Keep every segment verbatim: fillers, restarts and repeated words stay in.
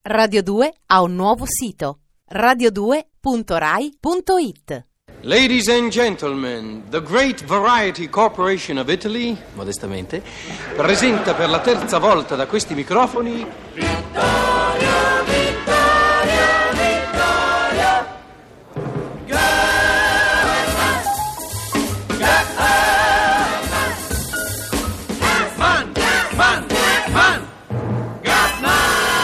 Radio due ha un nuovo sito, radio due punto rai punto it. Ladies and gentlemen, the Great Variety Corporation of Italy, modestamente, presenta per la terza volta da questi microfoni Vittoria, Vittoria, Vittoria Gatman Man, Man, Man Gatman.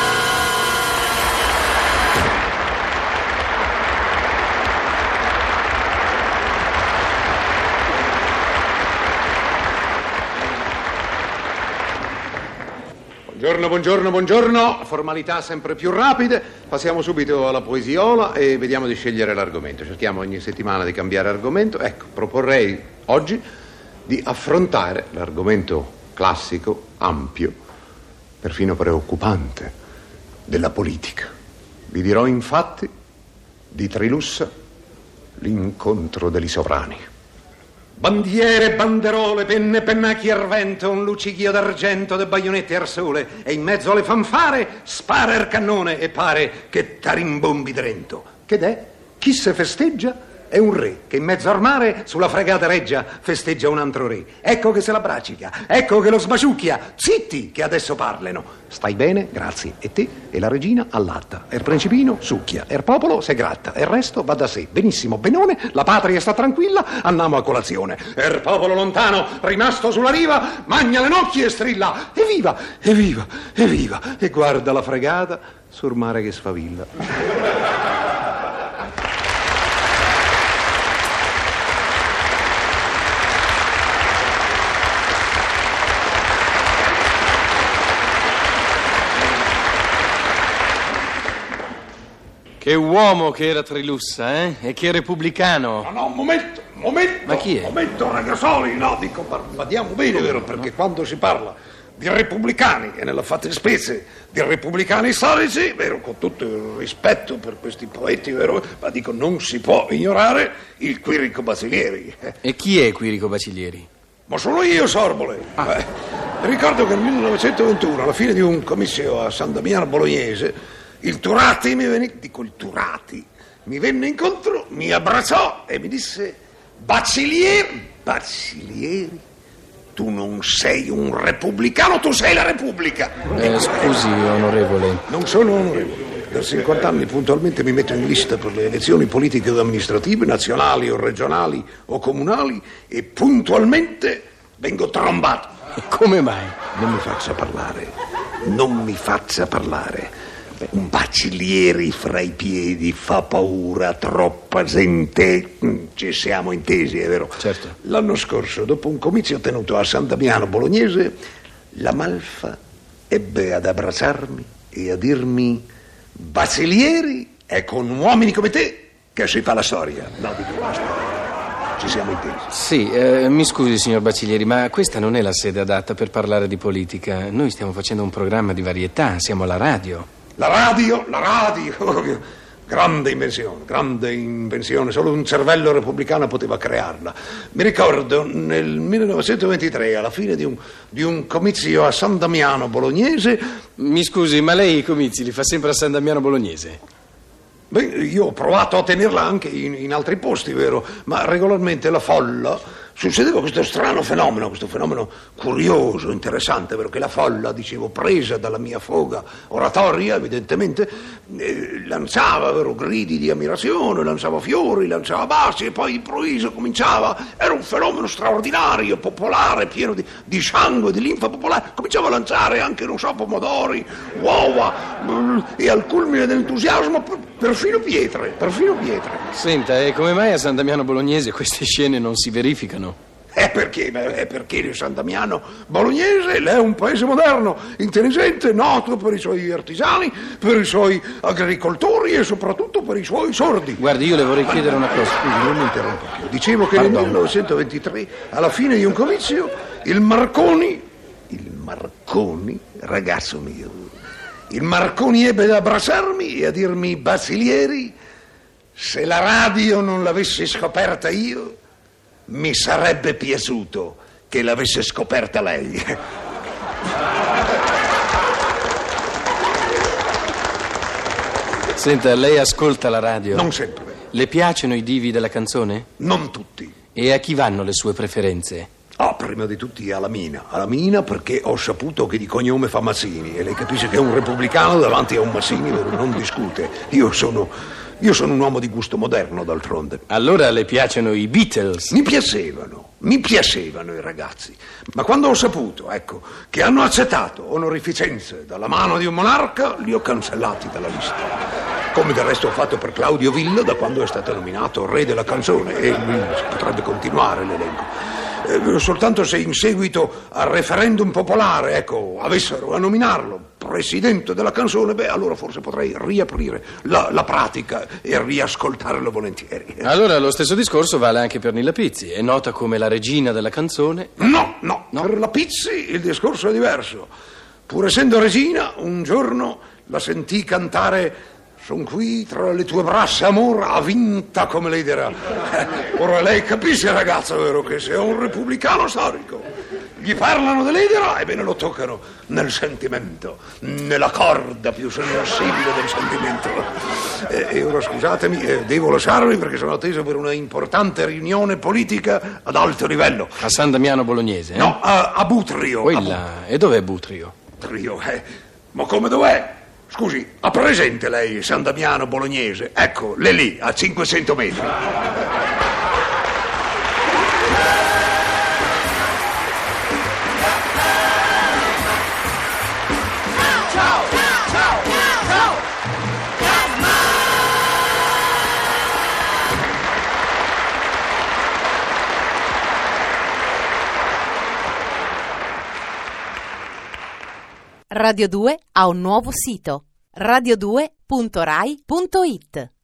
Buongiorno, buongiorno, buongiorno. Formalità sempre più rapide. Passiamo subito alla poesiola e vediamo di scegliere l'argomento. Cerchiamo ogni settimana di cambiare argomento. Ecco, proporrei oggi di affrontare l'argomento classico, ampio, perfino preoccupante, della politica. Vi dirò infatti di Trilussa l'incontro degli sovrani. Bandiere, banderole, penne, pennacchi al vento, un luccichio d'argento, de baionette al sole, e in mezzo alle fanfare spara il cannone e pare che tarimbombi drento. Che è? Chi se festeggia? È un re che in mezzo al mare sulla fregata reggia festeggia un altro re. Ecco che se la bracica, ecco che lo sbaciucchia. Zitti che adesso parlano. Stai bene? Grazie. E te? E la regina allatta. E il principino succhia. E il popolo se gratta. E il resto va da sé. Benissimo, benone, la patria sta tranquilla, andiamo a colazione. E il popolo lontano, rimasto sulla riva, magna le nocchie e strilla. Evviva, evviva, evviva. E guarda la fregata sul mare che sfavilla. Che uomo che era Trilussa, eh? E che repubblicano. No, no, un momento, un momento. Ma chi è? Un momento, ragazzoli, no, dico, badiamo bene, vero? Perché quando si parla di repubblicani, e nella fattispecie di repubblicani storici, vero, con tutto il rispetto per questi poeti, vero, ma dico, non si può ignorare il Quirico Bacilieri. E chi è Quirico Bacilieri? Ma sono io, Sorbole. Ah. Eh, ricordo che nel millenovecentoventuno, alla fine di un comizio a San Damiano Bolognese, il Turati mi venne, dico il Turati, mi venne incontro, mi abbracciò e mi disse: Bacilieri, Bacilieri, tu non sei un repubblicano, tu sei la Repubblica. Eh, scusi, onorevole. Non sono onorevole. Da cinquanta anni puntualmente mi metto in lista per le elezioni politiche ed amministrative, nazionali o regionali o comunali, e puntualmente vengo trombato. Come mai? Non mi faccia parlare, non mi faccia parlare. Un Bacilieri fra i piedi fa paura, troppa gente. Ci siamo intesi, è vero? Certo. L'anno scorso, dopo un comizio tenuto a San Damiano Bolognese, la Malfa ebbe ad abbracciarmi e a dirmi: Bacilieri è con uomini come te che si fa la storia. No, dico basta. Ci siamo intesi. Sì, eh, mi scusi signor Bacilieri, ma questa non è la sede adatta per parlare di politica. Noi stiamo facendo un programma di varietà, siamo alla radio. La radio, la radio, grande invenzione, grande invenzione, solo un cervello repubblicano poteva crearla. Mi ricordo nel millenovecentoventitré, alla fine di un, di un comizio a San Damiano Bolognese. Mi scusi, ma lei i comizi li fa sempre a San Damiano Bolognese? Beh, io ho provato a tenerla anche in, in altri posti, vero? Ma regolarmente la folla... Succedeva questo strano fenomeno, questo fenomeno curioso, interessante, vero? Che la folla, dicevo, presa dalla mia foga oratoria, evidentemente, eh, lanciava, vero, gridi di ammirazione, lanciava fiori, lanciava baci, e poi improvviso cominciava, era un fenomeno straordinario, popolare, pieno di, di sangue, di linfa popolare, cominciava a lanciare anche, non so, pomodori, uova, mh, e al culmine dell'entusiasmo per, perfino pietre, perfino pietre. Senta, e come mai a San Damiano Bolognese queste scene non si verificano? È perché, è perché San Damiano Bolognese è un paese moderno, intelligente, noto per i suoi artigiani, per i suoi agricoltori e soprattutto per i suoi sordi. Guardi, io le vorrei Ma, chiedere una cosa. Scusi, non mi interrompo più. Dicevo che Pardon. nel millenovecentoventitré, alla fine di un comizio, il Marconi, il Marconi, ragazzo mio, il Marconi ebbe ad abbracciarmi e a dirmi: Bacilieri, se la radio non l'avessi scoperta io, mi sarebbe piaciuto che l'avesse scoperta lei. Senta, lei ascolta la radio? Non sempre. Le piacciono i divi della canzone? Non tutti. E a chi vanno le sue preferenze? Ah, prima di tutti alla Mina. Alla Mina perché ho saputo che di cognome fa Mazzini e lei capisce che un repubblicano davanti a un Mazzini non discute. Io sono... Io sono un uomo di gusto moderno, d'altronde. Allora le piacciono i Beatles? Mi piacevano, mi piacevano i ragazzi. Ma quando ho saputo, ecco, che hanno accettato onorificenze dalla mano di un monarca, li ho cancellati dalla lista. Come del resto ho fatto per Claudio Villa da quando è stato nominato re della canzone, e lui potrebbe continuare l'elenco. Eh, soltanto se in seguito al referendum popolare, ecco, avessero a nominarlo presidente della canzone, beh, allora forse potrei riaprire la, la pratica e riascoltarlo volentieri. Allora lo stesso discorso vale anche per Nilla Pizzi. È nota come la regina della canzone? No, no, no. Per la Pizzi il discorso è diverso. Pur essendo regina, un giorno la sentì cantare "Son qui tra le tue braccia, amor, ha vinta", come lei dirà. Eh, ora lei capisce, ragazza, vero, che se è un repubblicano storico gli parlano dell'idea, ebbene lo toccano nel sentimento, nella corda più sensibile del sentimento. E, e ora scusatemi, eh, devo lasciarvi perché sono atteso per una importante riunione politica ad alto livello. A San Damiano Bolognese? Eh? No, a, a Butrio. Quella. A E dov'è Butrio? Butrio, eh. Ma come dov'è? Scusi, ha presente lei San Damiano Bolognese? Ecco, lì lì, a cinquecento metri. Radio due ha un nuovo sito: radio due punto rai punto it.